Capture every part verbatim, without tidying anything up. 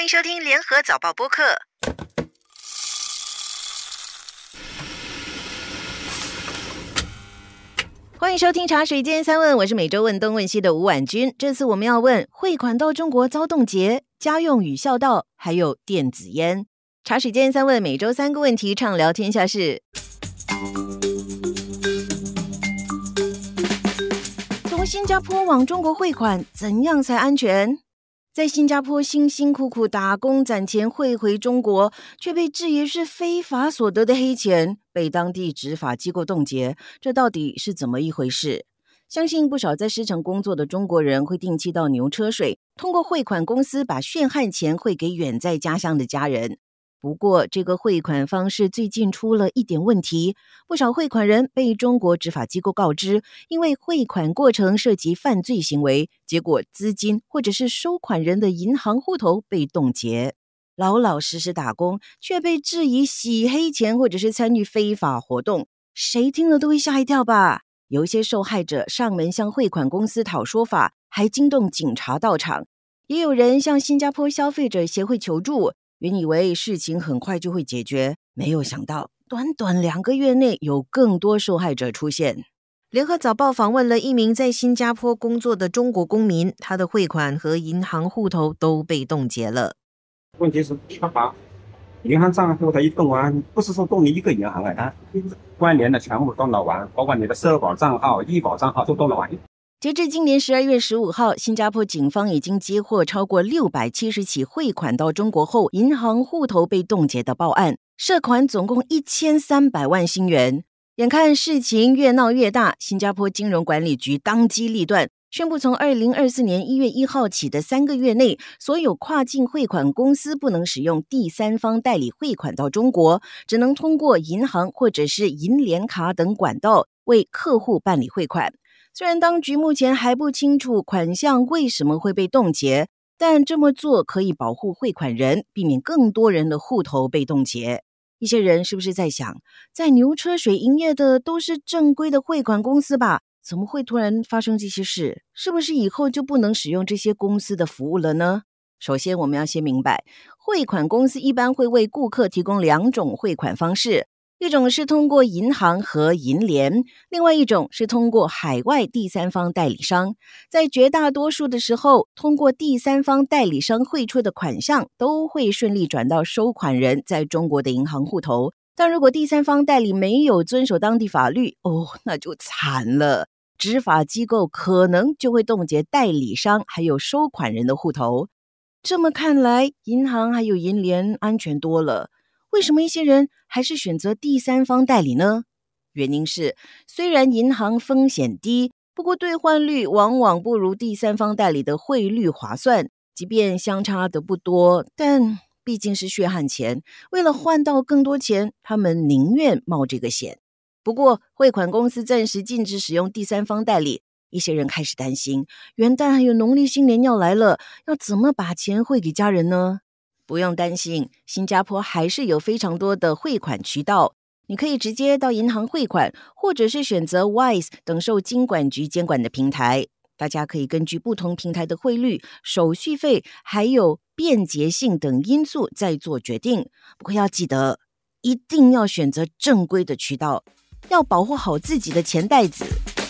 欢迎收听联合早报播客。欢迎收听茶水间三问，我是每周问东问西的吴婉君。这次我们要问汇款到中国遭冻结、家用与孝道，还有电子烟。茶水间三问，每周三个问题，畅聊天下事。从新加坡往中国汇款，怎样才安全？在新加坡辛辛苦苦打工攒钱汇回中国，却被质疑是非法所得的黑钱，被当地执法机构冻结，这到底是怎么一回事？相信不少在狮城工作的中国人会定期到牛车水，通过汇款公司把血汗钱汇给远在家乡的家人。不过，这个汇款方式最近出了一点问题，不少汇款人被中国执法机构告知，因为汇款过程涉及犯罪行为，结果资金或者是收款人的银行户头被冻结。老老实实打工，却被质疑洗黑钱或者是参与非法活动，谁听了都会吓一跳吧？有一些受害者上门向汇款公司讨说法，还惊动警察到场。也有人向新加坡消费者协会求助，原以为事情很快就会解决，没有想到短短两个月内有更多受害者出现。联合早报访问了一名在新加坡工作的中国公民，他的汇款和银行户头都被冻结了。 问题是他把银行账户他一冻完，不是说冻你一个银行啊，他关联的全部冻了完，包括你的社保账号、医保账号都冻了完。 截至今年十二月十五号，新加坡警方已经接获超过六百七十起汇款到中国后银行户头被冻结的报案，涉款总共一千三百万新元。眼看事情越闹越大，新加坡金融管理局当机立断，宣布从二零二四年一月一号起的三个月内，所有跨境汇款公司不能使用第三方代理汇款到中国，只能通过银行或者是银联卡等管道为客户办理汇款。虽然当局目前还不清楚款项为什么会被冻结，但这么做可以保护汇款人，避免更多人的户头被冻结。一些人是不是在想，在牛车水营业的都是正规的汇款公司吧？怎么会突然发生这些事？是不是以后就不能使用这些公司的服务了呢？首先，我们要先明白，汇款公司一般会为顾客提供两种汇款方式，一种是通过银行和银联，另外一种是通过海外第三方代理商。在绝大多数的时候，通过第三方代理商汇出的款项都会顺利转到收款人在中国的银行户头。但如果第三方代理没有遵守当地法律，哦，那就惨了。执法机构可能就会冻结代理商还有收款人的户头。这么看来，银行还有银联安全多了。为什么一些人还是选择第三方代理呢？原因是，虽然银行风险低，不过兑换率往往不如第三方代理的汇率划算。即便相差的不多，但毕竟是血汗钱，为了换到更多钱，他们宁愿冒这个险。不过，汇款公司暂时禁止使用第三方代理，一些人开始担心，元旦还有农历新年要来了，要怎么把钱汇给家人呢？不用担心，新加坡还是有非常多的汇款渠道，你可以直接到银行汇款，或者是选择 Wise 等受金管局监管的平台。大家可以根据不同平台的汇率、手续费还有便捷性等因素再做决定。不过要记得，一定要选择正规的渠道，要保护好自己的钱袋子。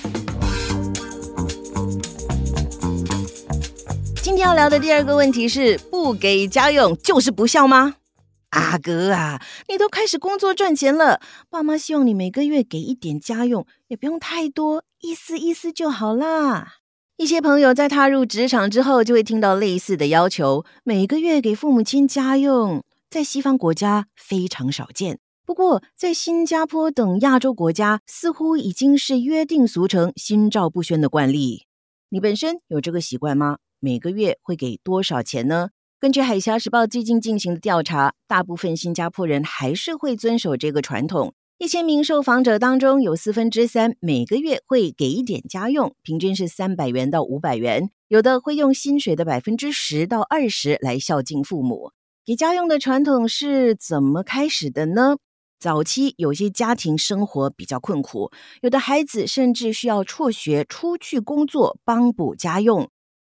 今天要聊的第二个问题是，不给家用就是不孝吗？阿哥啊，你都开始工作赚钱了，爸妈希望你每个月给一点家用，也不用太多，意思意思就好啦。一些朋友在踏入职场之后，就会听到类似的要求，每个月给父母亲家用，在西方国家非常少见。不过，在新加坡等亚洲国家，似乎已经是约定俗成、心照不宣的惯例。你本身有这个习惯吗？每个月会给多少钱呢？根据海峡时报最近进行的调查，大部分新加坡人还是会遵守这个传统。一千名受访者当中，有四分之三每个月会给一点家用，平均是三百元到五百元，有的会用薪水的百分之十到二十来孝敬父母。给家用的传统是怎么开始的呢？早期有些家庭生活比较困苦，有的孩子甚至需要辍学出去工作帮补家用。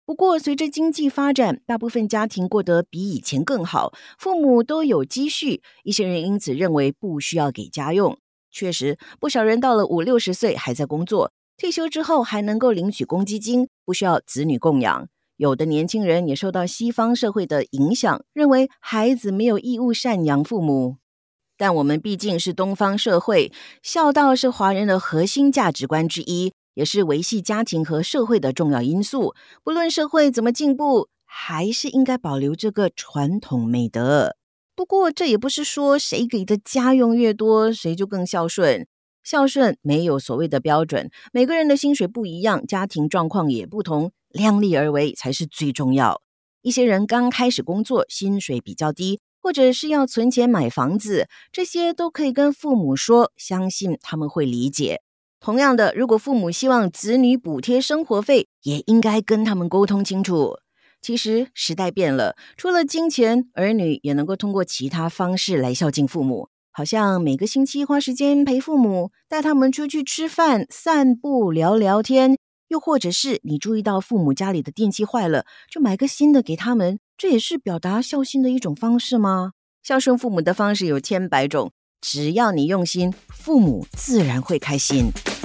不过，随着经济发展，大部分家庭过得比以前更好，父母都有积蓄，一些人因此认为不需要给家用。确实，不少人到了五六十岁还在工作，退休之后还能够领取公积金，不需要子女供养。有的年轻人也受到西方社会的影响，认为孩子没有义务赡养父母。但我们毕竟是东方社会，孝道是华人的核心价值观之一，也是维系家庭和社会的重要因素。不论社会怎么进步，还是应该保留这个传统美德。不过，这也不是说谁给的家用越多，谁就更孝顺。孝顺没有所谓的标准，每个人的薪水不一样，家庭状况也不同，量力而为才是最重要。一些人刚开始工作，薪水比较低，或者是要存钱买房子，这些都可以跟父母说，相信他们会理解。同样的，如果父母希望子女补贴生活费，也应该跟他们沟通清楚。其实时代变了，除了金钱，儿女也能够通过其他方式来孝敬父母。好像每个星期花时间陪父母，带他们出去吃饭、散步、聊聊天，又或者是你注意到父母家里的电器坏了，就买个新的给他们，这也是表达孝心的一种方式吗？孝顺父母的方式有千百种，只要你用心，父母自然会开心。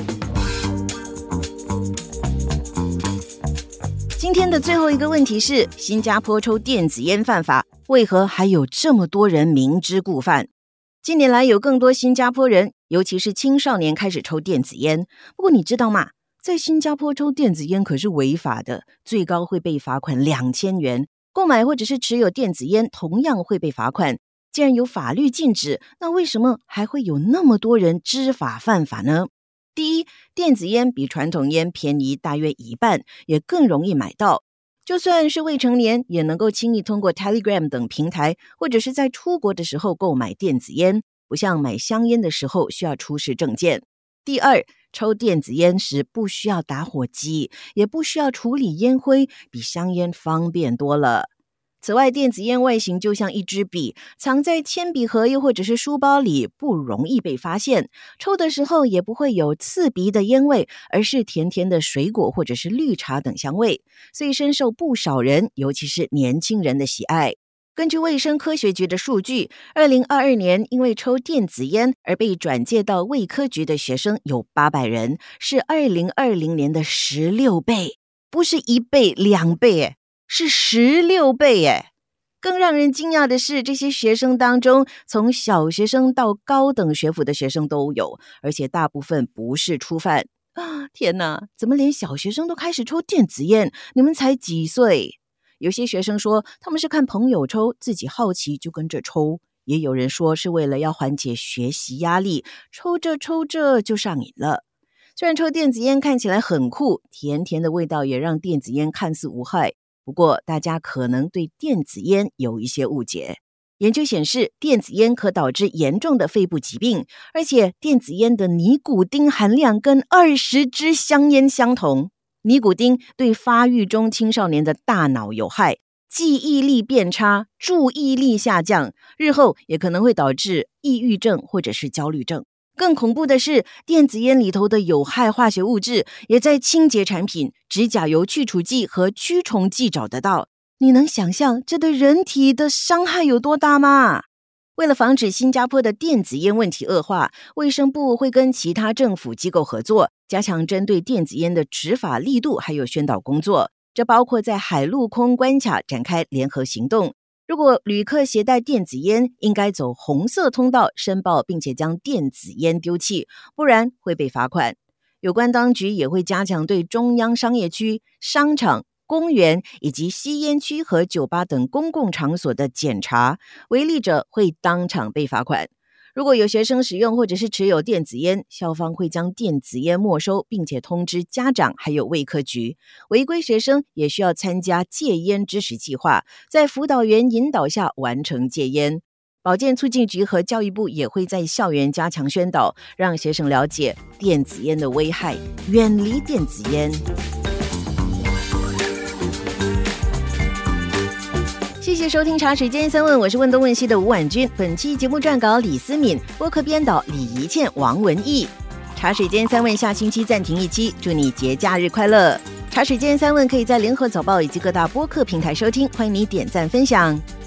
今天的最后一个问题是，新加坡抽电子烟犯法，为何还有这么多人明知故犯？近年来有更多新加坡人，尤其是青少年开始抽电子烟。不过你知道吗？在新加坡抽电子烟可是违法的，最高会被罚款两千元。购买或者是持有电子烟同样会被罚款。既然有法律禁止，那为什么还会有那么多人知法犯法呢？第一，电子烟比传统烟便宜大约一半，也更容易买到。就算是未成年，也能够轻易通过 Telegram 等平台，或者是在出国的时候购买电子烟，不像买香烟的时候需要出示证件。第二，抽电子烟时不需要打火机，也不需要处理烟灰，比香烟方便多了。此外，电子烟外形就像一支笔，藏在铅笔盒又或者是书包里，不容易被发现。抽的时候也不会有刺鼻的烟味，而是甜甜的水果或者是绿茶等香味，所以深受不少人，尤其是年轻人的喜爱。根据卫生科学局的数据，二零二二年因为抽电子烟而被转介到卫科局的学生有八百人，是二零二零年的十六倍，不是一倍两倍耶，是十六倍耶！更让人惊讶的是，这些学生当中，从小学生到高等学府的学生都有，而且大部分不是初犯啊！天哪，怎么连小学生都开始抽电子烟？你们才几岁？有些学生说，他们是看朋友抽，自己好奇就跟着抽；也有人说是为了要缓解学习压力，抽着抽着就上瘾了。虽然抽电子烟看起来很酷，甜甜的味道也让电子烟看似无害，不过大家可能对电子烟有一些误解。研究显示，电子烟可导致严重的肺部疾病，而且电子烟的尼古丁含量跟二十支香烟相同。尼古丁对发育中青少年的大脑有害，记忆力变差，注意力下降，日后也可能会导致抑郁症或者是焦虑症。更恐怖的是，电子烟里头的有害化学物质也在清洁产品、指甲油去除剂和驱虫剂找得到。你能想象这对人体的伤害有多大吗？为了防止新加坡的电子烟问题恶化，卫生部会跟其他政府机构合作，加强针对电子烟的执法力度还有宣导工作。这包括在海陆空关卡展开联合行动。如果旅客携带电子烟，应该走红色通道申报，并且将电子烟丢弃，不然会被罚款。有关当局也会加强对中央商业区、商场、公园以及吸烟区和酒吧等公共场所的检查，违例者会当场被罚款。如果有学生使用或者是持有电子烟，校方会将电子烟没收，并且通知家长还有卫科局。违规学生也需要参加戒烟支持计划，在辅导员引导下完成戒烟。保健促进局和教育部也会在校园加强宣导，让学生了解电子烟的危害，远离电子烟。谢谢收听茶水间三问，我是问东问西的吴婉君。本期节目撰稿李思敏，播客编导李怡倩、王文义。茶水间三问下星期暂停一期，祝你节假日快乐。 茶水间三问可以在联合早报以及各大播客平台收听，欢迎你点赞分享。